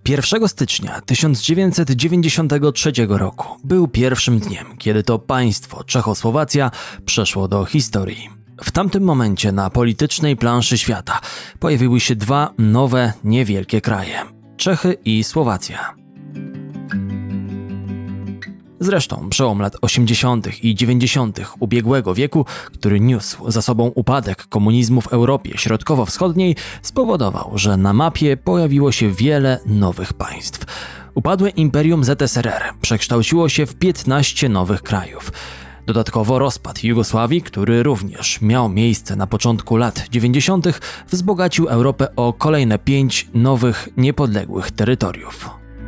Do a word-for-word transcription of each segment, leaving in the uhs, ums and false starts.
pierwszego stycznia tysiąc dziewięćset dziewięćdziesiątego trzeciego roku był pierwszym dniem, kiedy to państwo Czechosłowacja przeszło do historii. W tamtym momencie na politycznej planszy świata pojawiły się dwa nowe, niewielkie kraje – Czechy i Słowacja. Zresztą przełom lat osiemdziesiątych i dziewięćdziesiątych ubiegłego wieku, który niósł za sobą upadek komunizmu w Europie Środkowo-Wschodniej, spowodował, że na mapie pojawiło się wiele nowych państw. Upadłe imperium Z S R R przekształciło się w piętnaście nowych krajów. Dodatkowo rozpad Jugosławii, który również miał miejsce na początku lat dziewięćdziesiątych, wzbogacił Europę o kolejne pięć nowych, niepodległych terytoriów.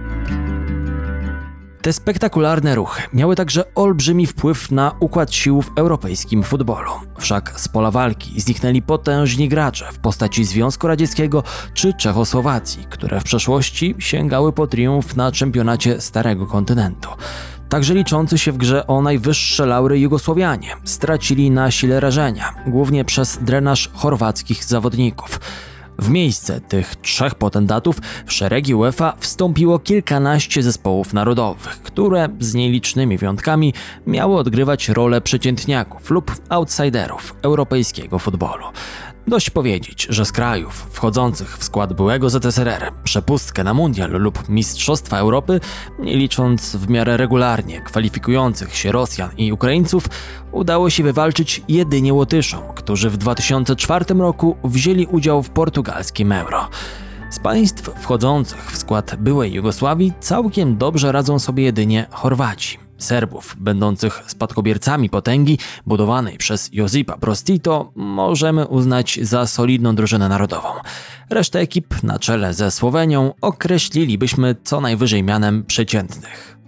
Te spektakularne ruchy miały także olbrzymi wpływ na układ sił w europejskim futbolu. Wszak z pola walki zniknęli potężni gracze w postaci Związku Radzieckiego czy Czechosłowacji, które w przeszłości sięgały po triumf na czempionacie Starego Kontynentu. Także liczący się w grze o najwyższe laury Jugosłowianie stracili na sile rażenia, głównie przez drenaż chorwackich zawodników. W miejsce tych trzech potentatów w szeregi UEFA wstąpiło kilkanaście zespołów narodowych, które z nielicznymi wyjątkami miały odgrywać rolę przeciętniaków lub outsiderów europejskiego futbolu. Dość powiedzieć, że z krajów wchodzących w skład byłego Z S R R przepustkę na mundial lub Mistrzostwa Europy, nie licząc w miarę regularnie kwalifikujących się Rosjan i Ukraińców, udało się wywalczyć jedynie Łotyszom, którzy w dwa tysiące czwartym roku wzięli udział w portugalskim Euro. Z państw wchodzących w skład byłej Jugosławii całkiem dobrze radzą sobie jedynie Chorwaci. Serbów, będących spadkobiercami potęgi budowanej przez Josipa Broz Tito, możemy uznać za solidną drużynę narodową. Resztę ekip na czele ze Słowenią określilibyśmy co najwyżej mianem przeciętnych.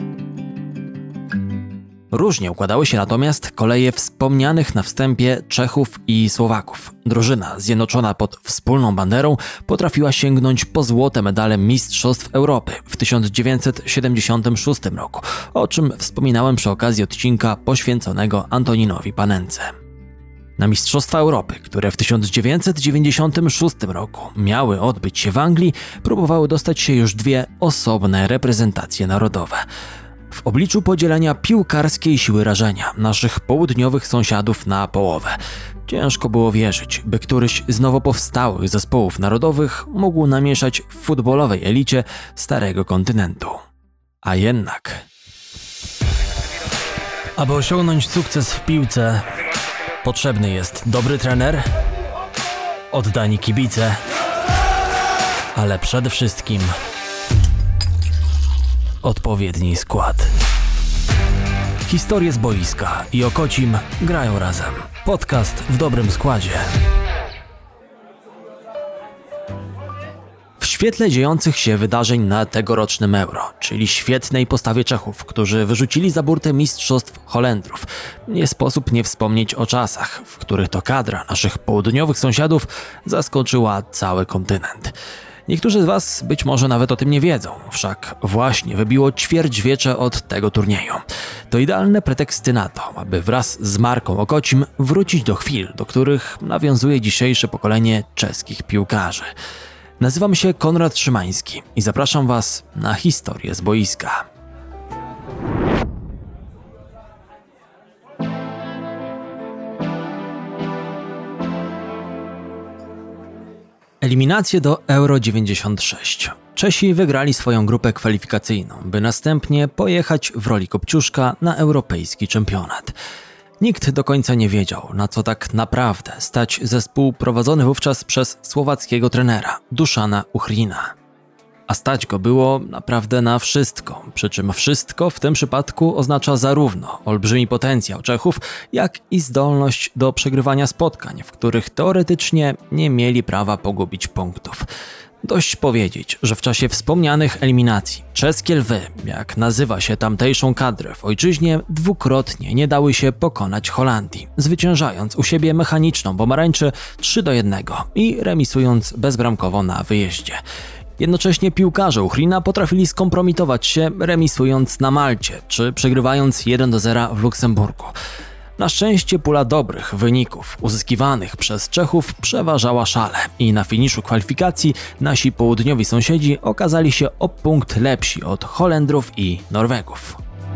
Różnie układały się natomiast koleje wspomnianych na wstępie Czechów i Słowaków. Drużyna zjednoczona pod wspólną banderą potrafiła sięgnąć po złote medale Mistrzostw Europy w tysiąc dziewięćset siedemdziesiątym szóstym roku, o czym wspominałem przy okazji odcinka poświęconego Antoninowi Panence. Na Mistrzostwa Europy, które w tysiąc dziewięćset dziewięćdziesiątym szóstym roku miały odbyć się w Anglii, próbowały dostać się już dwie osobne reprezentacje narodowe. W obliczu podzielenia piłkarskiej siły rażenia naszych południowych sąsiadów na połowę, ciężko było wierzyć, by któryś z nowo powstałych zespołów narodowych mógł namieszać w futbolowej elicie Starego Kontynentu. A jednak... Aby osiągnąć sukces w piłce, potrzebny jest dobry trener, oddani kibice, ale przede wszystkim odpowiedni skład. Historie z boiska i Okocim grają razem. Podcast w dobrym składzie. W świetle dziejących się wydarzeń na tegorocznym Euro, czyli świetnej postawie Czechów, którzy wyrzucili za burtę mistrzostw Holendrów, nie sposób nie wspomnieć o czasach, w których to kadra naszych południowych sąsiadów zaskoczyła cały kontynent. Niektórzy z Was być może nawet o tym nie wiedzą, wszak właśnie wybiło ćwierćwiecze od tego turnieju. To idealne preteksty na to, aby wraz z marką Okocim wrócić do chwil, do których nawiązuje dzisiejsze pokolenie czeskich piłkarzy. Nazywam się Konrad Szymański i zapraszam Was na historię z boiska. Eliminacje do Euro dziewięćdziesiąt sześć. Czesi wygrali swoją grupę kwalifikacyjną, by następnie pojechać w roli kopciuszka na europejski czempionat. Nikt do końca nie wiedział, na co tak naprawdę stać zespół prowadzony wówczas przez słowackiego trenera Dušana Uhrina. A stać go było naprawdę na wszystko, przy czym wszystko w tym przypadku oznacza zarówno olbrzymi potencjał Czechów, jak i zdolność do przegrywania spotkań, w których teoretycznie nie mieli prawa pogubić punktów. Dość powiedzieć, że w czasie wspomnianych eliminacji czeskie lwy, jak nazywa się tamtejszą kadrę w ojczyźnie, dwukrotnie nie dały się pokonać Holandii, zwyciężając u siebie mechaniczną pomarańczę trzy do jednego i remisując bezbramkowo na wyjeździe. Jednocześnie piłkarze Uhrina potrafili skompromitować się remisując na Malcie czy przegrywając jeden do zera w Luksemburgu. Na szczęście pula dobrych wyników uzyskiwanych przez Czechów przeważała szale i na finiszu kwalifikacji nasi południowi sąsiedzi okazali się o punkt lepsi od Holendrów i Norwegów.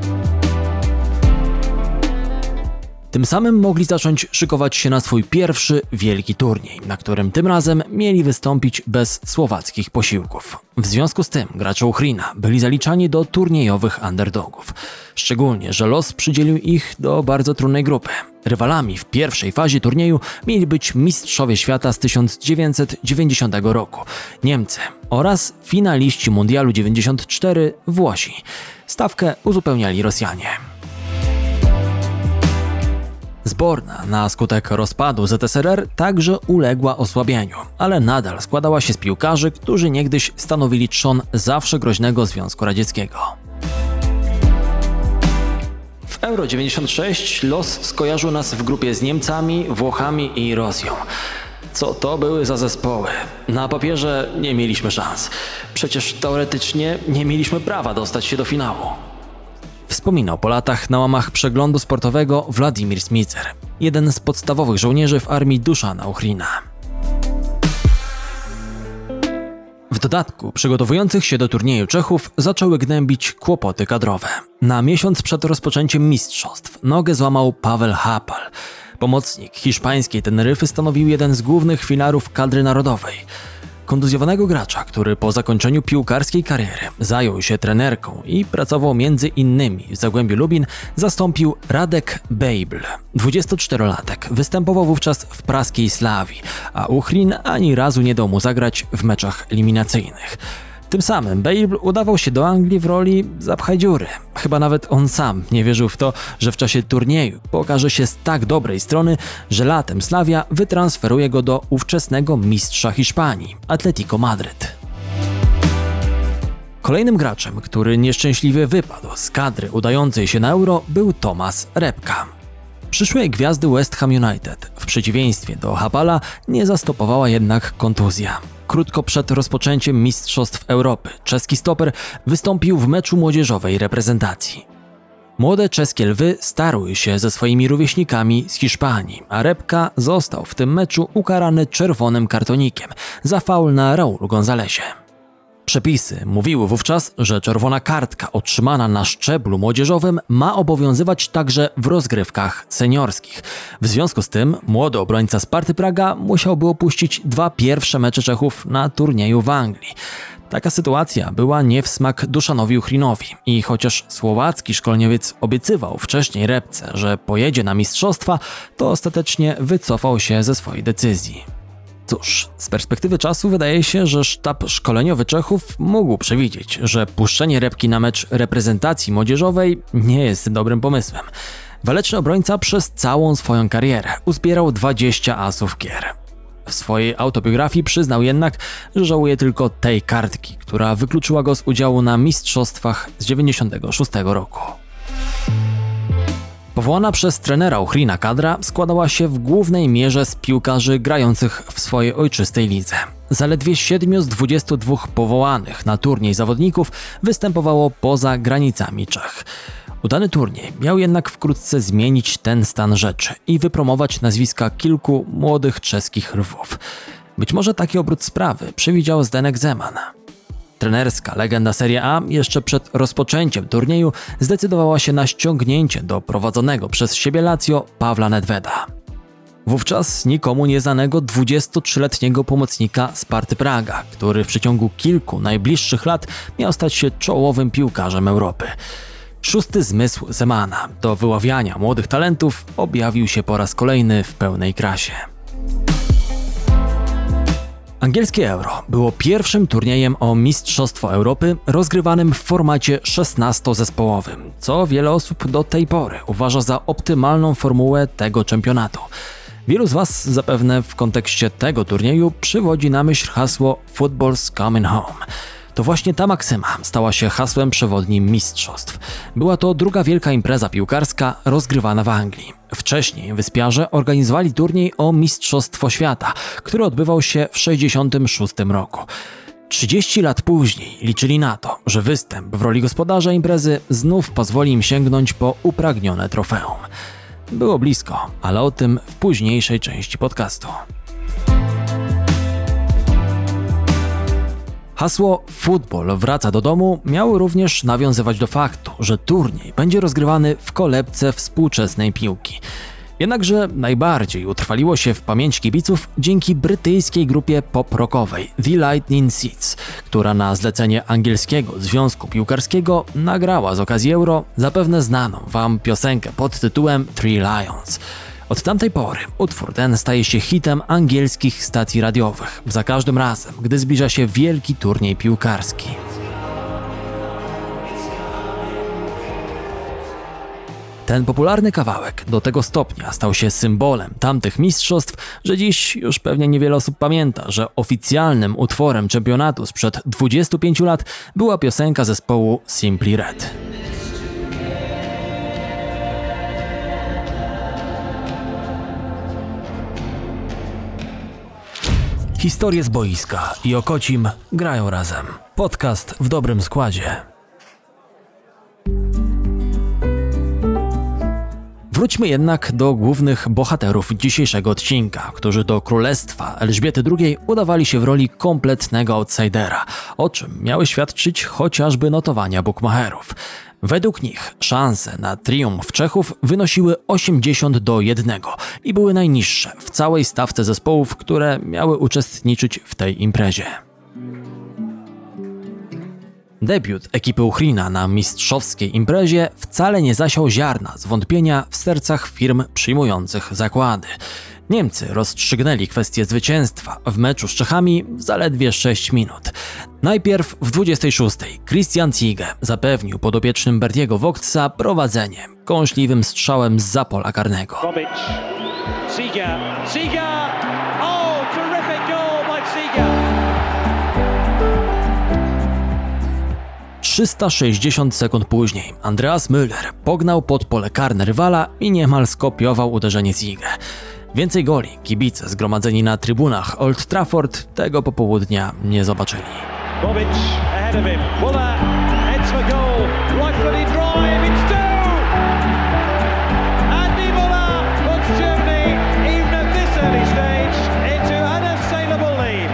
Tym samym mogli zacząć szykować się na swój pierwszy wielki turniej, na którym tym razem mieli wystąpić bez słowackich posiłków. W związku z tym gracze Uchrina byli zaliczani do turniejowych underdogów. Szczególnie, że los przydzielił ich do bardzo trudnej grupy. Rywalami w pierwszej fazie turnieju mieli być mistrzowie świata z tysiąc dziewięćset dziewięćdziesiątego roku, Niemcy, oraz finaliści Mundialu dziewięćdziesiąt cztery, Włosi. Stawkę uzupełniali Rosjanie. Zborna na skutek rozpadu Z S R R także uległa osłabieniu, ale nadal składała się z piłkarzy, którzy niegdyś stanowili trzon zawsze groźnego Związku Radzieckiego. W Euro dziewięćdziesiąt sześć los skojarzył nas w grupie z Niemcami, Włochami i Rosją. Co to były za zespoły? Na papierze nie mieliśmy szans. Przecież teoretycznie nie mieliśmy prawa dostać się do finału. Wspominał po latach na łamach przeglądu sportowego Władimir Smicer, jeden z podstawowych żołnierzy w armii Duszana Uchrina. W dodatku przygotowujących się do turnieju Czechów zaczęły gnębić kłopoty kadrowe. Na miesiąc przed rozpoczęciem mistrzostw nogę złamał Pavel Hapal. Pomocnik hiszpańskiej Teneryfy stanowił jeden z głównych filarów kadry narodowej. Kontuzjowanego gracza, który po zakończeniu piłkarskiej kariery zajął się trenerką i pracował między innymi w Zagłębiu Lubin, zastąpił Radek Bejbl. dwudziestoczterolatek występował wówczas w praskiej Slawii, a Uchrin ani razu nie dał mu zagrać w meczach eliminacyjnych. Tym samym Bejbl udawał się do Anglii w roli zapchaj dziury. Chyba nawet on sam nie wierzył w to, że w czasie turnieju pokaże się z tak dobrej strony, że latem Slavia wytransferuje go do ówczesnego mistrza Hiszpanii, Atletico Madryt. Kolejnym graczem, który nieszczęśliwie wypadł z kadry udającej się na Euro, był Tomasz Repka. Przyszłej gwiazdy West Ham United, w przeciwieństwie do Hapala, nie zastopowała jednak kontuzja. Krótko przed rozpoczęciem Mistrzostw Europy czeski stoper wystąpił w meczu młodzieżowej reprezentacji. Młode czeskie lwy starły się ze swoimi rówieśnikami z Hiszpanii, a Repka został w tym meczu ukarany czerwonym kartonikiem za faul na Raúlu Gonzalesie. Przepisy mówiły wówczas, że czerwona kartka otrzymana na szczeblu młodzieżowym ma obowiązywać także w rozgrywkach seniorskich. W związku z tym młody obrońca Sparty Praga musiałby opuścić dwa pierwsze mecze Czechów na turnieju w Anglii. Taka sytuacja była nie w smak Duszanowi Uchrinowi i chociaż słowacki szkoleniowiec obiecywał wcześniej Repce, że pojedzie na mistrzostwa, to ostatecznie wycofał się ze swojej decyzji. Cóż, z perspektywy czasu wydaje się, że sztab szkoleniowy Czechów mógł przewidzieć, że puszczenie Repki na mecz reprezentacji młodzieżowej nie jest dobrym pomysłem. Waleczny obrońca przez całą swoją karierę uzbierał dwadzieścia asów gier. W swojej autobiografii przyznał jednak, że żałuje tylko tej kartki, która wykluczyła go z udziału na mistrzostwach z dziewięćdziesiątego szóstego roku. Powołana przez trenera Uchrina kadra składała się w głównej mierze z piłkarzy grających w swojej ojczystej lidze. Zaledwie siedmiu z dwudziestu dwóch powołanych na turniej zawodników występowało poza granicami Czech. Udany turniej miał jednak wkrótce zmienić ten stan rzeczy i wypromować nazwiska kilku młodych czeskich lwów. Być może taki obrót sprawy przewidział Zdeněk Zeman. Trenerska legenda Serie A jeszcze przed rozpoczęciem turnieju zdecydowała się na ściągnięcie do prowadzonego przez siebie Lazio Pawła Nedveda. Wówczas nikomu nieznanego dwudziestotrzyletniego pomocnika Sparty Praga, który w przeciągu kilku najbliższych lat miał stać się czołowym piłkarzem Europy. Szósty zmysł Zemana do wyławiania młodych talentów objawił się po raz kolejny w pełnej krasie. Angielskie Euro było pierwszym turniejem o Mistrzostwo Europy rozgrywanym w formacie szesnastozespołowym, co wiele osób do tej pory uważa za optymalną formułę tego czempionatu. Wielu z Was zapewne w kontekście tego turnieju przywodzi na myśl hasło Football's Coming Home. To właśnie ta maksyma stała się hasłem przewodnim mistrzostw. Była to druga wielka impreza piłkarska rozgrywana w Anglii. Wcześniej wyspiarze organizowali turniej o Mistrzostwo Świata, który odbywał się w sześćdziesiątym szóstym roku. trzydzieści lat później liczyli na to, że występ w roli gospodarza imprezy znów pozwoli im sięgnąć po upragnione trofeum. Było blisko, ale o tym w późniejszej części podcastu. Hasło "Futbol wraca do domu" miało również nawiązywać do faktu, że turniej będzie rozgrywany w kolebce współczesnej piłki. Jednakże najbardziej utrwaliło się w pamięci kibiców dzięki brytyjskiej grupie pop-rockowej The Lightning Seeds, która na zlecenie angielskiego związku piłkarskiego nagrała z okazji Euro zapewne znaną wam piosenkę pod tytułem Three Lions. Od tamtej pory utwór ten staje się hitem angielskich stacji radiowych, za każdym razem, gdy zbliża się wielki turniej piłkarski. Ten popularny kawałek do tego stopnia stał się symbolem tamtych mistrzostw, że dziś już pewnie niewiele osób pamięta, że oficjalnym utworem czempionatu sprzed dwudziestu pięciu lat była piosenka zespołu Simply Red. Historie z boiska i Okocim grają razem. Podcast w dobrym składzie. Wróćmy jednak do głównych bohaterów dzisiejszego odcinka, którzy do królestwa Elżbiety drugiej udawali się w roli kompletnego outsidera, o czym miały świadczyć chociażby notowania bukmacherów. Według nich szanse na triumf Czechów wynosiły osiemdziesiąt do jednego i były najniższe w całej stawce zespołów, które miały uczestniczyć w tej imprezie. Debiut ekipy Uchrina na mistrzowskiej imprezie wcale nie zasiał ziarna zwątpienia w sercach firm przyjmujących zakłady. Niemcy rozstrzygnęli kwestię zwycięstwa w meczu z Czechami w zaledwie sześć minut. Najpierw w dwudziestej szóstej Christian Ziege zapewnił podopiecznym Bertiego Vogtsa prowadzenie kąśliwym strzałem zza pola karnego. Robic, Ziege, Ziege, oh, terrific goal by Ziege. trzysta sześćdziesiąt sekund później Andreas Müller pognał pod pole karne rywala i niemal skopiował uderzenie Ziege. Więcej goli kibice zgromadzeni na trybunach Old Trafford tego popołudnia nie zobaczyli. Robic ahead of him. Muller heads for goal. Right footy drive. It's two. Andy Muller puts Germany, even at this early stage, into unassailable lead.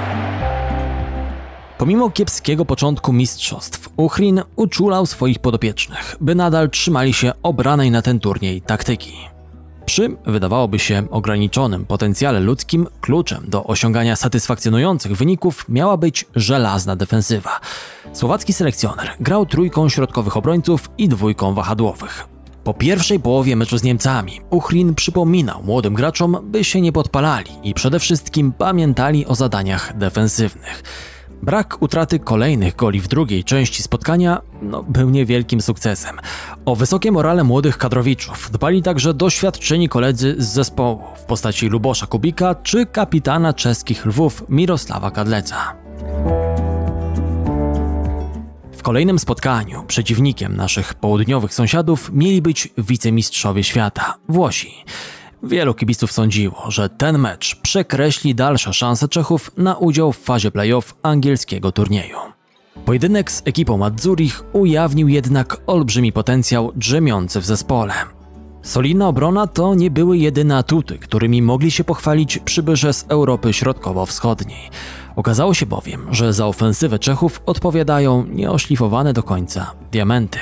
Pomimo kiepskiego początku mistrzostw, Uchrin uczulał swoich podopiecznych, by nadal trzymali się obranej na ten turniej taktyki. Przy, wydawałoby się, ograniczonym potencjale ludzkim, kluczem do osiągania satysfakcjonujących wyników miała być żelazna defensywa. Słowacki selekcjoner grał trójką środkowych obrońców i dwójką wahadłowych. Po pierwszej połowie meczu z Niemcami Uchrin przypominał młodym graczom, by się nie podpalali i przede wszystkim pamiętali o zadaniach defensywnych. Brak utraty kolejnych goli w drugiej części spotkania no, był niewielkim sukcesem. O wysokie morale młodych kadrowiczów dbali także doświadczeni koledzy z zespołu w postaci Lubosza Kubika czy kapitana czeskich Lwów Mirosława Kadleca. W kolejnym spotkaniu przeciwnikiem naszych południowych sąsiadów mieli być wicemistrzowie świata – Włosi. Wielu kibiców sądziło, że ten mecz przekreśli dalsze szanse Czechów na udział w fazie play-off angielskiego turnieju. Pojedynek z ekipą Azzurich ujawnił jednak olbrzymi potencjał drzemiący w zespole. Solidna obrona to nie były jedyne atuty, którymi mogli się pochwalić przybysze z Europy Środkowo-Wschodniej. Okazało się bowiem, że za ofensywę Czechów odpowiadają nieoszlifowane do końca diamenty.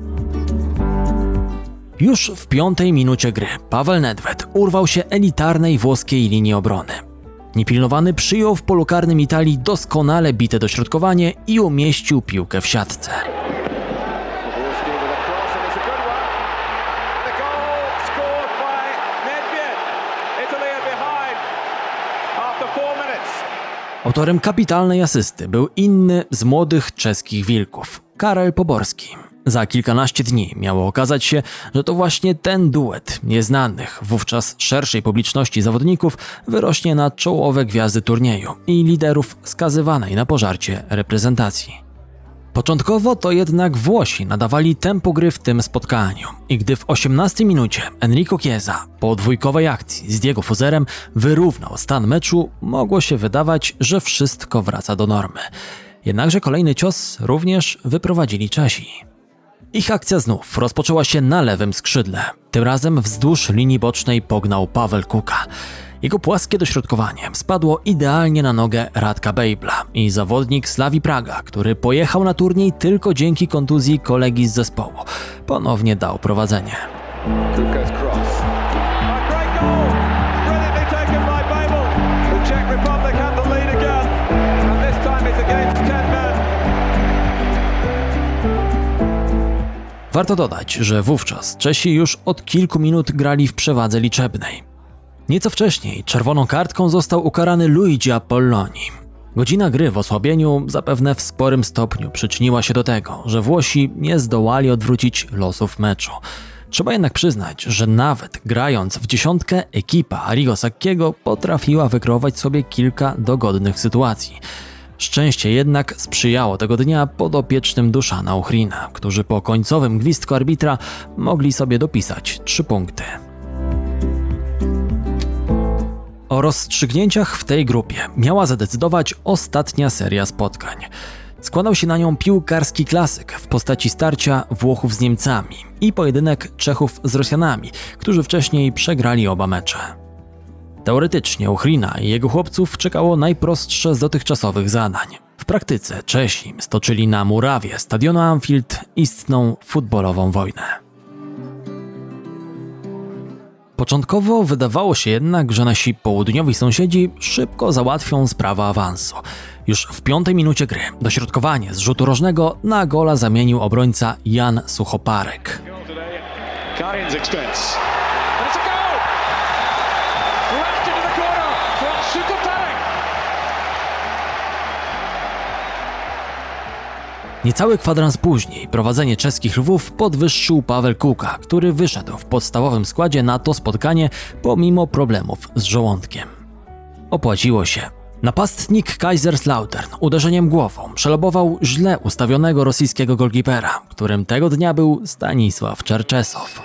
Już w piątej minucie gry Paweł Nedved urwał się elitarnej włoskiej linii obrony. Niepilnowany przyjął w polu karnym Italii doskonale bite dośrodkowanie i umieścił piłkę w siatce. Autorem kapitalnej asysty był inny z młodych czeskich wilków, Karel Poborski. Za kilkanaście dni miało okazać się, że to właśnie ten duet nieznanych wówczas szerszej publiczności zawodników wyrośnie na czołowe gwiazdy turnieju i liderów skazywanej na pożarcie reprezentacji. Początkowo to jednak Włosi nadawali tempo gry w tym spotkaniu i gdy w osiemnastej minucie Enrico Chiesa po dwójkowej akcji z Diego Fuzerem wyrównał stan meczu, mogło się wydawać, że wszystko wraca do normy. Jednakże kolejny cios również wyprowadzili Czesi. Ich akcja znów rozpoczęła się na lewym skrzydle. Tym razem wzdłuż linii bocznej pognał Paweł Kuka. Jego płaskie dośrodkowanie spadło idealnie na nogę Radka Bejbla i zawodnik Slavii Praga, który pojechał na turniej tylko dzięki kontuzji kolegi z zespołu, ponownie dał prowadzenie. Kuka's cross. A great goal! Brilliantly taken by Babel. The Czech Republic have the lead again. And this time it's against ten men. Warto dodać, że wówczas Czesi już od kilku minut grali w przewadze liczebnej. Nieco wcześniej czerwoną kartką został ukarany Luigi Apolloni. Godzina gry w osłabieniu zapewne w sporym stopniu przyczyniła się do tego, że Włosi nie zdołali odwrócić losów meczu. Trzeba jednak przyznać, że nawet grając w dziesiątkę ekipa Arrigo Sacchiego potrafiła wykreować sobie kilka dogodnych sytuacji. Szczęście jednak sprzyjało tego dnia podopiecznym Duszana Uchrina, którzy po końcowym gwizdku arbitra mogli sobie dopisać trzy punkty. O rozstrzygnięciach w tej grupie miała zadecydować ostatnia seria spotkań. Składał się na nią piłkarski klasyk w postaci starcia Włochów z Niemcami i pojedynek Czechów z Rosjanami, którzy wcześniej przegrali oba mecze. Teoretycznie Uchrina i jego chłopców czekało najprostsze z dotychczasowych zadań. W praktyce Czesi stoczyli na murawie stadionu Anfield istną futbolową wojnę. Początkowo wydawało się jednak, że nasi południowi sąsiedzi szybko załatwią sprawę awansu. Już w piątej minucie gry dośrodkowanie z rzutu rożnego na gola zamienił obrońca Jan Suchoparek. Niecały kwadrans później prowadzenie czeskich Lwów podwyższył Paweł Kuka, który wyszedł w podstawowym składzie na to spotkanie pomimo problemów z żołądkiem. Opłaciło się. Napastnik Kaiserslautern uderzeniem głową przelobował źle ustawionego rosyjskiego golkipera, którym tego dnia był Stanisław Czerczesow.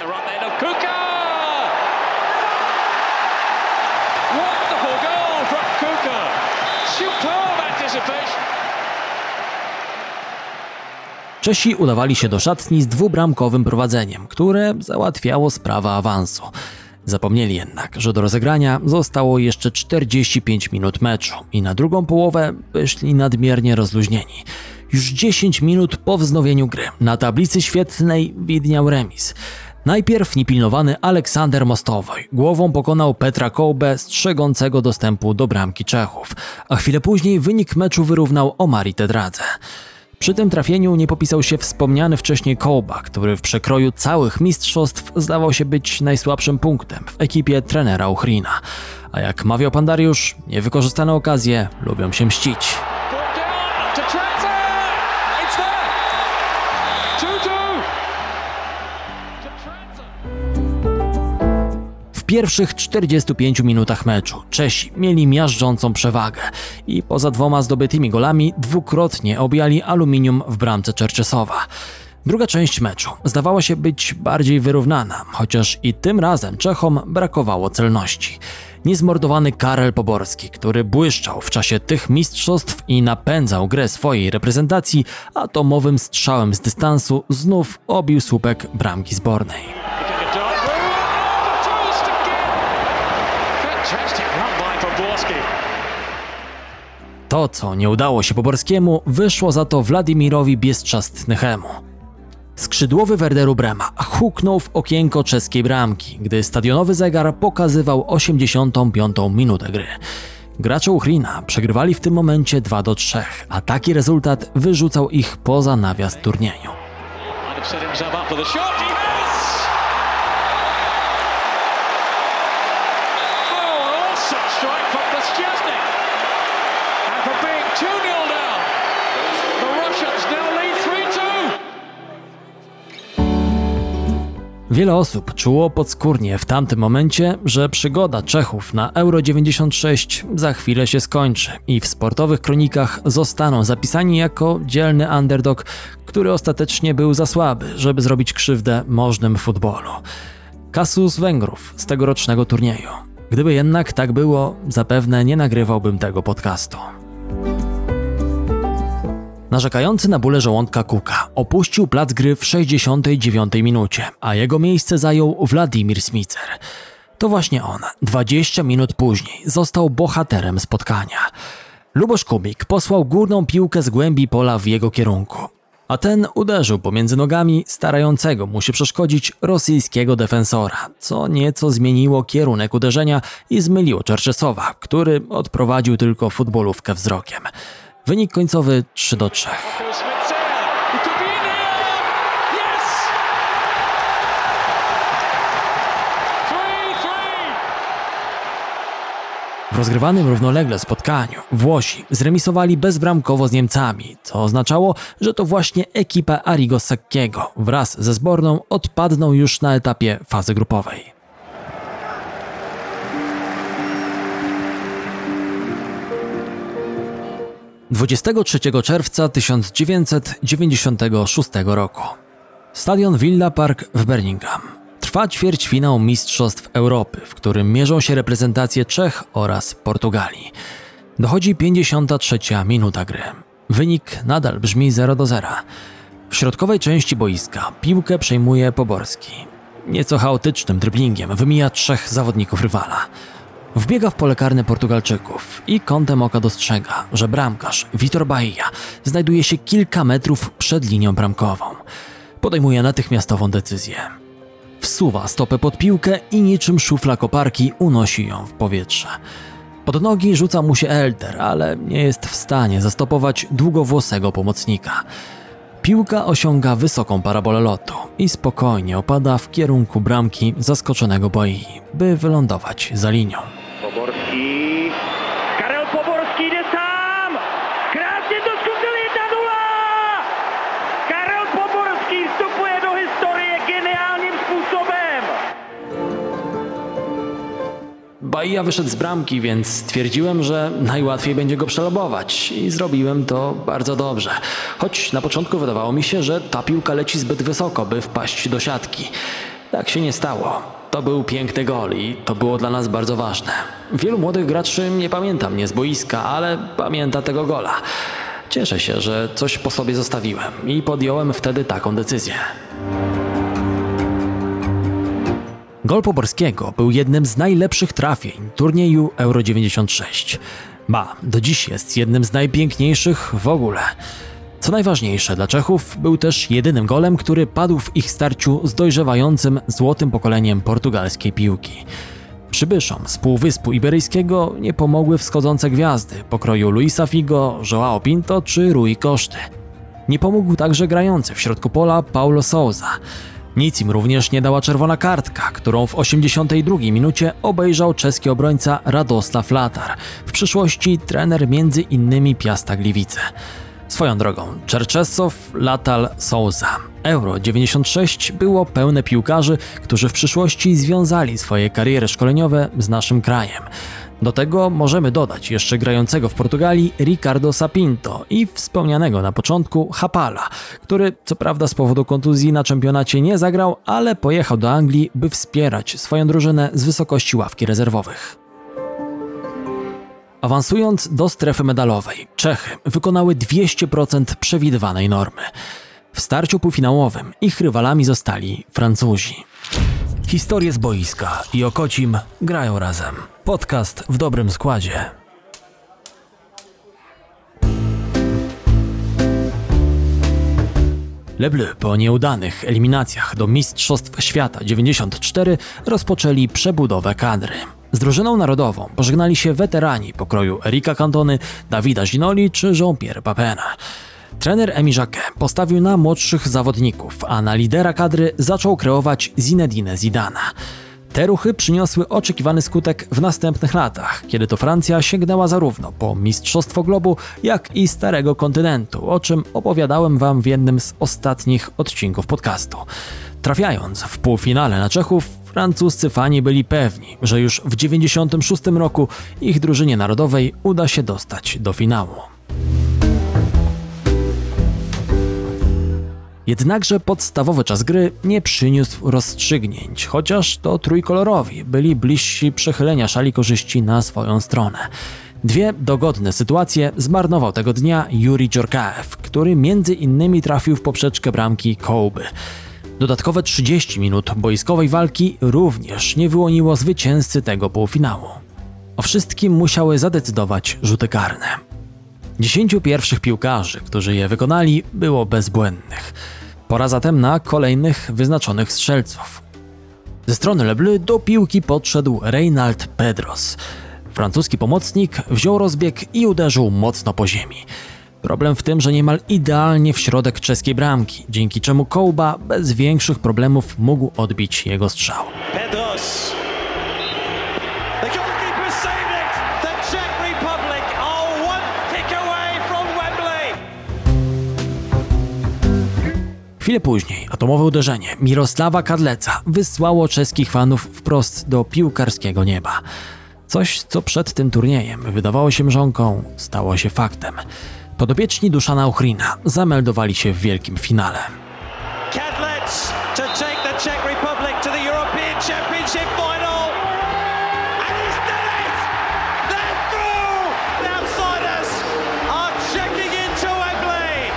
Czesi udawali się do szatni z dwubramkowym prowadzeniem, które załatwiało sprawę awansu. Zapomnieli jednak, że do rozegrania zostało jeszcze czterdzieści pięć minut meczu i na drugą połowę wyszli nadmiernie rozluźnieni. Już dziesięć minut po wznowieniu gry na tablicy świetlnej widniał remis. Najpierw niepilnowany Aleksander Mostowoj głową pokonał Petra Kołbę strzegącego dostępu do bramki Czechów, a chwilę później wynik meczu wyrównał Omari Tedradze. Przy tym trafieniu nie popisał się wspomniany wcześniej Kołba, który w przekroju całych mistrzostw zdawał się być najsłabszym punktem w ekipie trenera Uchrina. A jak mawiał pan Dariusz, niewykorzystane okazje lubią się mścić. W pierwszych czterdziestu pięciu minutach meczu Czesi mieli miażdżącą przewagę i poza dwoma zdobytymi golami dwukrotnie objęli aluminium w bramce Czerczesowa. Druga część meczu zdawała się być bardziej wyrównana, chociaż i tym razem Czechom brakowało celności. Niezmordowany Karel Poborski, który błyszczał w czasie tych mistrzostw i napędzał grę swojej reprezentacji, atomowym strzałem z dystansu znów obił słupek bramki zbornej. To, co nie udało się Poborskiemu, wyszło za to Władimirowi Biestrzastnychemu. Skrzydłowy Werderu Brema huknął w okienko czeskiej bramki, gdy stadionowy zegar pokazywał osiemdziesiątą piątą minutę gry. Gracze Uchrina przegrywali w tym momencie dwa do trzech, a taki rezultat wyrzucał ich poza nawias turnieju. Wiele osób czuło podskórnie w tamtym momencie, że przygoda Czechów na Euro dziewięćdziesiąt sześć za chwilę się skończy i w sportowych kronikach zostaną zapisani jako dzielny underdog, który ostatecznie był za słaby, żeby zrobić krzywdę możnym futbolu. Kasus Węgrów z tegorocznego turnieju. Gdyby jednak tak było, zapewne nie nagrywałbym tego podcastu. Narzekający na bóle żołądka Kuka opuścił plac gry w sześćdziesiątej dziewiątej minucie, a jego miejsce zajął Wladimir Smicer. To właśnie on, dwadzieścia minut później, został bohaterem spotkania. Lubosz Kubik posłał górną piłkę z głębi pola w jego kierunku, a ten uderzył pomiędzy nogami starającego mu się przeszkodzić rosyjskiego defensora, co nieco zmieniło kierunek uderzenia i zmyliło Czerczesowa, który odprowadził tylko futbolówkę wzrokiem. Wynik końcowy trzy do trzech. W rozgrywanym równolegle spotkaniu Włosi zremisowali bezbramkowo z Niemcami, co oznaczało, że to właśnie ekipa Arrigo Sacchiego wraz ze zborną odpadną już na etapie fazy grupowej. dwudziestego trzeciego czerwca tysiąc dziewięćset dziewięćdziesiątego szóstego roku. Stadion Villa Park w Birmingham. Trwa ćwierćfinał Mistrzostw Europy, w którym mierzą się reprezentacje Czech oraz Portugalii. Dochodzi pięćdziesiąta trzecia minuta gry. Wynik nadal brzmi zero do zera. W środkowej części boiska piłkę przejmuje Poborski. Nieco chaotycznym driblingiem wymija trzech zawodników rywala. Wbiega w pole karne Portugalczyków i kątem oka dostrzega, że bramkarz Vitor Bahia znajduje się kilka metrów przed linią bramkową. Podejmuje natychmiastową decyzję. Wsuwa stopę pod piłkę i niczym szufla koparki unosi ją w powietrze. Pod nogi rzuca mu się Elter, ale nie jest w stanie zastopować długowłosego pomocnika. Piłka osiąga wysoką parabolę lotu i spokojnie opada w kierunku bramki zaskoczonego Bahii, by wylądować za linią. Poborský, Karel Poborský jde sám, krásně to zkusil jedna nula! Karel Poborský vstupuje do historie geniálním způsobem! Bahia wyszedł z bramki, więc stwierdziłem, że najłatwiej będzie go przelobować i zrobiłem to bardzo dobrze. Choć na początku wydawało mi się, że ta piłka leci zbyt wysoko, by wpaść do siatki. Tak się nie stało. To był piękny gol i to było dla nas bardzo ważne. Wielu młodych graczy nie pamięta mnie z boiska, ale pamięta tego gola. Cieszę się, że coś po sobie zostawiłem i podjąłem wtedy taką decyzję. Gol Poborskiego był jednym z najlepszych trafień turnieju Euro dziewięćdziesiąt sześć. Ba, do dziś jest jednym z najpiękniejszych w ogóle. Co najważniejsze dla Czechów, był też jedynym golem, który padł w ich starciu z dojrzewającym złotym pokoleniem portugalskiej piłki. Przybyszom z Półwyspu Iberyjskiego nie pomogły wschodzące gwiazdy pokroju Luisa Figo, João Pinto czy Rui Coszty. Nie pomógł także grający w środku pola Paulo Sousa. Nic im również nie dała czerwona kartka, którą w osiemdziesiątej drugiej minucie obejrzał czeski obrońca Radosław Latar, w przyszłości trener między innymi Piasta Gliwice. Swoją drogą, Czerczesow, Latal, Sousa. Euro dziewięćdziesiąt sześć było pełne piłkarzy, którzy w przyszłości związali swoje kariery szkoleniowe z naszym krajem. Do tego możemy dodać jeszcze grającego w Portugalii Ricardo Sapinto i wspomnianego na początku Hapala, który co prawda z powodu kontuzji na czempionacie nie zagrał, ale pojechał do Anglii, by wspierać swoją drużynę z wysokości ławki rezerwowych. Awansując do strefy medalowej, Czechy wykonały dwieście procent przewidywanej normy. W starciu półfinałowym ich rywalami zostali Francuzi. Historie z boiska i Okocim grają razem. Podcast w dobrym składzie. Le Bleu po nieudanych eliminacjach do Mistrzostw Świata dziewięćdziesiąt cztery rozpoczęli przebudowę kadry. Z drużyną narodową pożegnali się weterani pokroju Erika Cantony, Davida Ginoli czy Jean-Pierre Papina. Trener Emi Jacquet postawił na młodszych zawodników, a na lidera kadry zaczął kreować Zinedine Zidana. Te ruchy przyniosły oczekiwany skutek w następnych latach, kiedy to Francja sięgnęła zarówno po Mistrzostwo Globu, jak i Starego Kontynentu, o czym opowiadałem wam w jednym z ostatnich odcinków podcastu. Trafiając w półfinale na Czechów, francuscy fani byli pewni, że już w dziewięćdziesiątym szóstym roku ich drużynie narodowej uda się dostać do finału. Jednakże podstawowy czas gry nie przyniósł rozstrzygnięć, chociaż to trójkolorowi byli bliżsi przechylenia szali korzyści na swoją stronę. Dwie dogodne sytuacje zmarnował tego dnia Juri Dżorkaeff, który między innymi trafił w poprzeczkę bramki Kouby. Dodatkowe trzydzieści minut boiskowej walki również nie wyłoniło zwycięzcy tego półfinału. O wszystkim musiały zadecydować rzuty karne. Dziesięciu pierwszych piłkarzy, którzy je wykonali, było bezbłędnych. Pora zatem na kolejnych wyznaczonych strzelców. Ze strony Le Bleu do piłki podszedł Reynald Pedros. Francuski pomocnik wziął rozbieg i uderzył mocno po ziemi. Problem w tym, że niemal idealnie w środek czeskiej bramki, dzięki czemu Kouba bez większych problemów mógł odbić jego strzał. Pedros. The goalkeeper saved it. The Czech Republic are one kick away from Wembley. Chwilę później atomowe uderzenie Mirosława Kadleca wysłało czeskich fanów wprost do piłkarskiego nieba. Coś, co przed tym turniejem wydawało się mrzonką, stało się faktem. Podopieczni Duszana Uchrina zameldowali się w wielkim finale. Kadlec to take the Czech Republic to the European Championship final. And he's done it! They're through! The outsiders are checking into Wembley.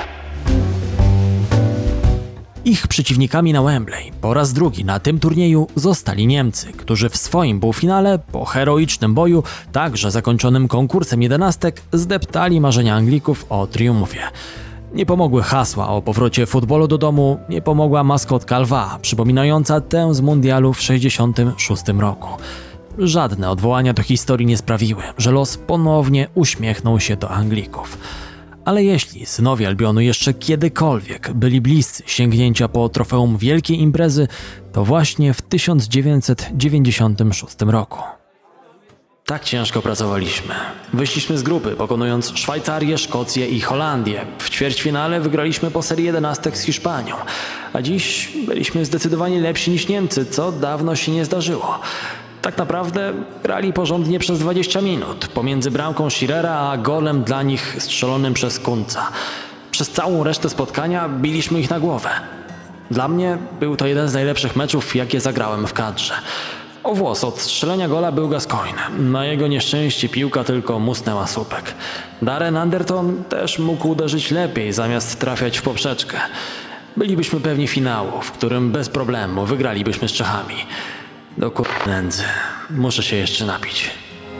Ich przeciwnikami na Wembley po raz drugi na tym turnieju zostali Niemcy, którzy w swoim półfinale po heroicznym boju, także zakończonym konkursem jedenastek, zdeptali marzenia Anglików o triumfie. Nie pomogły hasła o powrocie futbolu do domu, nie pomogła maskotka lwa, przypominająca tę z mundialu w sześćdziesiątym szóstym roku. Żadne odwołania do historii nie sprawiły, że los ponownie uśmiechnął się do Anglików. Ale jeśli synowie Albionu jeszcze kiedykolwiek byli bliscy sięgnięcia po trofeum wielkiej imprezy, to właśnie w tysiąc dziewięćset dziewięćdziesiątym szóstym roku. Tak ciężko pracowaliśmy. Wyszliśmy z grupy, pokonując Szwajcarię, Szkocję i Holandię. W ćwierćfinale wygraliśmy po serii jedenastek z Hiszpanią. A dziś byliśmy zdecydowanie lepsi niż Niemcy, co dawno się nie zdarzyło. Tak naprawdę grali porządnie przez dwadzieścia minut, pomiędzy bramką Schirera a golem dla nich strzelonym przez Kunca. Przez całą resztę spotkania biliśmy ich na głowę. Dla mnie był to jeden z najlepszych meczów, jakie zagrałem w kadrze. O włos od strzelenia gola był Gascoigne. Na jego nieszczęście piłka tylko musnęła słupek. Darren Anderton też mógł uderzyć lepiej, zamiast trafiać w poprzeczkę. Bylibyśmy pewni finału, w którym bez problemu wygralibyśmy z Czechami. Do kur... nędzy. Muszę się jeszcze napić.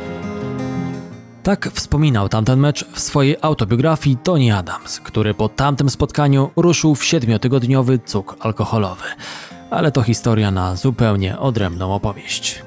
Tak wspominał tamten mecz w swojej autobiografii Tony Adams, który po tamtym spotkaniu ruszył w siedmiotygodniowy cuk alkoholowy. Ale to historia na zupełnie odrębną opowieść.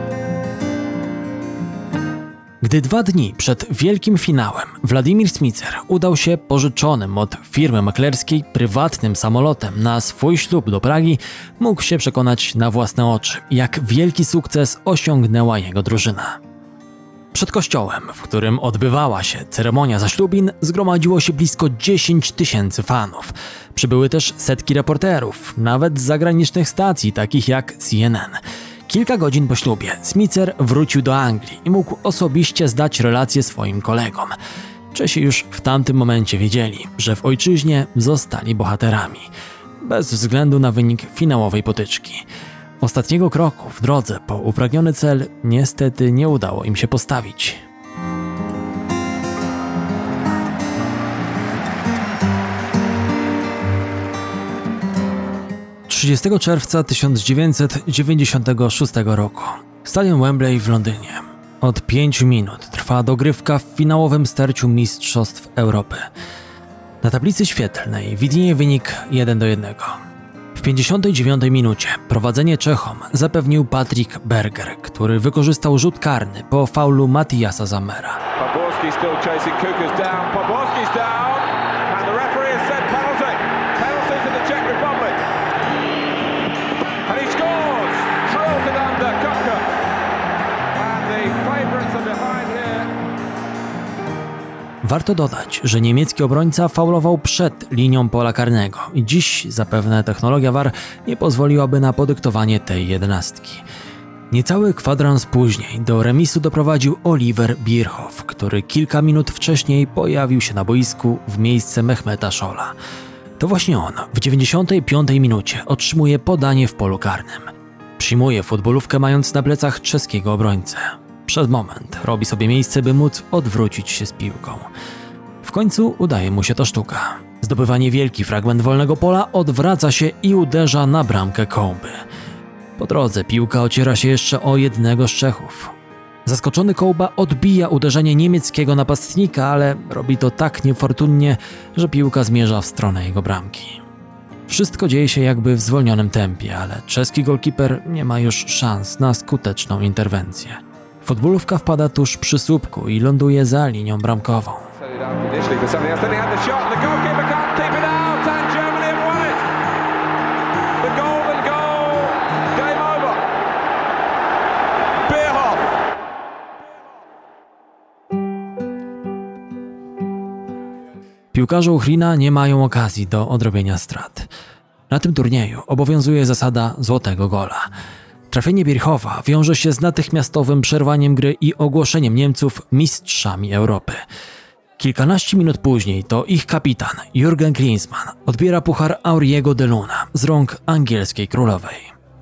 Gdy dwa dni przed wielkim finałem Władimir Smicer udał się pożyczonym od firmy maklerskiej prywatnym samolotem na swój ślub do Pragi, mógł się przekonać na własne oczy, jak wielki sukces osiągnęła jego drużyna. Przed kościołem, w którym odbywała się ceremonia zaślubin, zgromadziło się blisko dziesięć tysięcy fanów. Przybyły też setki reporterów, nawet z zagranicznych stacji, takich jak C N N. Kilka godzin po ślubie Smicer wrócił do Anglii i mógł osobiście zdać relację swoim kolegom. Czesi już w tamtym momencie wiedzieli, że w ojczyźnie zostali bohaterami, bez względu na wynik finałowej potyczki. Ostatniego kroku w drodze po upragniony cel niestety nie udało im się postawić. trzydziestego czerwca tysiąc dziewięćset dziewięćdziesiątego szóstego roku. Stadion Wembley w Londynie. Od pięciu minut trwa dogrywka w finałowym sterciu Mistrzostw Europy. Na tablicy świetlnej widnieje wynik jeden do jednego. W pięćdziesiątej dziewiątej minucie prowadzenie Czechom zapewnił Patrik Berger, który wykorzystał rzut karny po faulu Matthiasa Zammera. Poborski still chasing Kuka's down. Poborski's down. And the referee has said penalty. Penalty to the Czech Republic. And he scores. Drills it under Kuka. And the favourites are behind here. Warto dodać, że niemiecki obrońca faulował przed linią pola karnego i dziś zapewne technologia V A R nie pozwoliłaby na podyktowanie tej jedenastki. Niecały kwadrans później do remisu doprowadził Oliver Bierhoff, który kilka minut wcześniej pojawił się na boisku w miejsce Mehmeta Scholla. To właśnie on w dziewięćdziesiątej piątej minucie otrzymuje podanie w polu karnym. Przyjmuje futbolówkę, mając na plecach czeskiego obrońcę. Przez moment robi sobie miejsce, by móc odwrócić się z piłką. W końcu udaje mu się to sztuka. Zdobywa niewielki fragment wolnego pola, odwraca się i uderza na bramkę Kołby. Po drodze piłka ociera się jeszcze o jednego z Czechów. Zaskoczony Kołba odbija uderzenie niemieckiego napastnika, ale robi to tak niefortunnie, że piłka zmierza w stronę jego bramki. Wszystko dzieje się jakby w zwolnionym tempie, ale czeski golkiper nie ma już szans na skuteczną interwencję. Futbolówka wpada tuż przy słupku i ląduje za linią bramkową. Piłkarze Uchrina nie mają okazji do odrobienia strat. Na tym turnieju obowiązuje zasada złotego gola. Trafienie Bierchowa wiąże się z natychmiastowym przerwaniem gry i ogłoszeniem Niemców mistrzami Europy. Kilkanaście minut później to ich kapitan Jürgen Klinsmann odbiera puchar Auriego de Luna z rąk angielskiej królowej.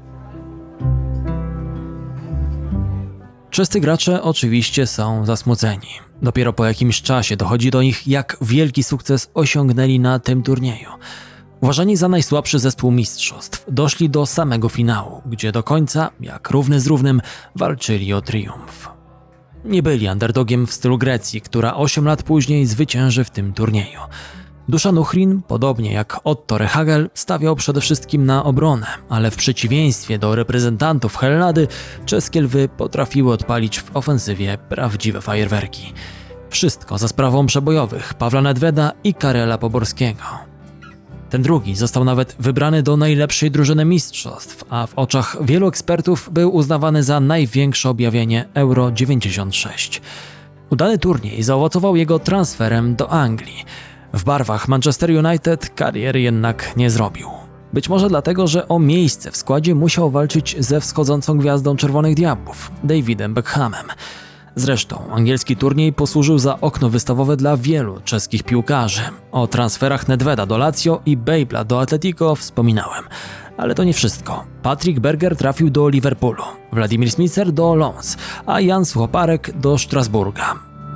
Czescy gracze oczywiście są zasmuceni. Dopiero po jakimś czasie dochodzi do nich, jak wielki sukces osiągnęli na tym turnieju. Uważani za najsłabszy zespół mistrzostw, doszli do samego finału, gdzie do końca, jak równy z równym, walczyli o triumf. Nie byli underdogiem w stylu Grecji, która osiem lat później zwycięży w tym turnieju. Duszan Uchrin, podobnie jak Otto Rehhagel, stawiał przede wszystkim na obronę, ale w przeciwieństwie do reprezentantów Hellady, czeskie lwy potrafiły odpalić w ofensywie prawdziwe fajerwerki. Wszystko za sprawą przebojowych Pawła Nedveda i Karela Poborskiego. Ten drugi został nawet wybrany do najlepszej drużyny mistrzostw, a w oczach wielu ekspertów był uznawany za największe objawienie Euro dziewięćdziesiąt sześć. Udany turniej zaowocował jego transferem do Anglii. W barwach Manchester United kariery jednak nie zrobił. Być może dlatego, że o miejsce w składzie musiał walczyć ze wschodzącą gwiazdą Czerwonych Diabłów, Davidem Beckhamem. Zresztą angielski turniej posłużył za okno wystawowe dla wielu czeskich piłkarzy. O transferach Nedveda do Lazio i Babela do Atletico wspominałem. Ale to nie wszystko. Patrik Berger trafił do Liverpoolu, Wladimir Smicer do Lens, a Jan Suchoparek do Strasburga.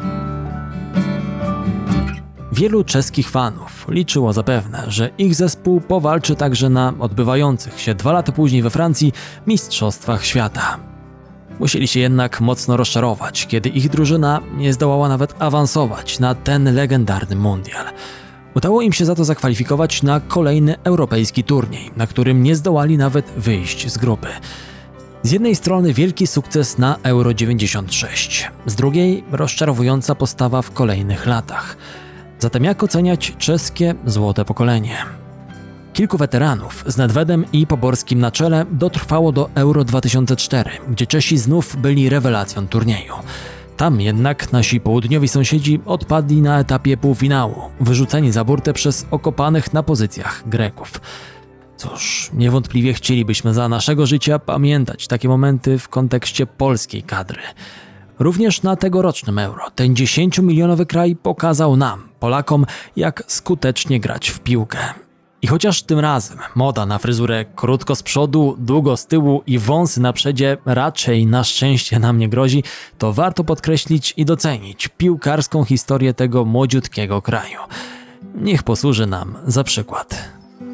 Wielu czeskich fanów liczyło zapewne, że ich zespół powalczy także na odbywających się dwa lata później we Francji Mistrzostwach Świata. Musieli się jednak mocno rozczarować, kiedy ich drużyna nie zdołała nawet awansować na ten legendarny mundial. Udało im się za to zakwalifikować na kolejny europejski turniej, na którym nie zdołali nawet wyjść z grupy. Z jednej strony wielki sukces na Euro dziewięćdziesiąt sześć, z drugiej rozczarowująca postawa w kolejnych latach. Zatem jak oceniać czeskie złote pokolenie? Kilku weteranów z Nedvedem i Poborskim na czele dotrwało do Euro dwa tysiące cztery, gdzie Czesi znów byli rewelacją turnieju. Tam jednak nasi południowi sąsiedzi odpadli na etapie półfinału, wyrzuceni za burtę przez okopanych na pozycjach Greków. Cóż, niewątpliwie chcielibyśmy za naszego życia pamiętać takie momenty w kontekście polskiej kadry. Również na tegorocznym Euro ten dziesięciomilionowy kraj pokazał nam, Polakom, jak skutecznie grać w piłkę. I chociaż tym razem moda na fryzurę krótko z przodu, długo z tyłu i wąsy na przedzie raczej na szczęście nam nie grozi, to warto podkreślić i docenić piłkarską historię tego młodziutkiego kraju. Niech posłuży nam za przykład.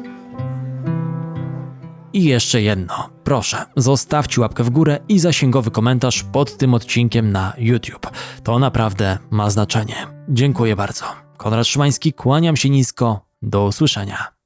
I jeszcze jedno, proszę, zostawcie łapkę w górę i zasięgowy komentarz pod tym odcinkiem na YouTube. To naprawdę ma znaczenie. Dziękuję bardzo. Konrad Szymański, kłaniam się nisko, do usłyszenia.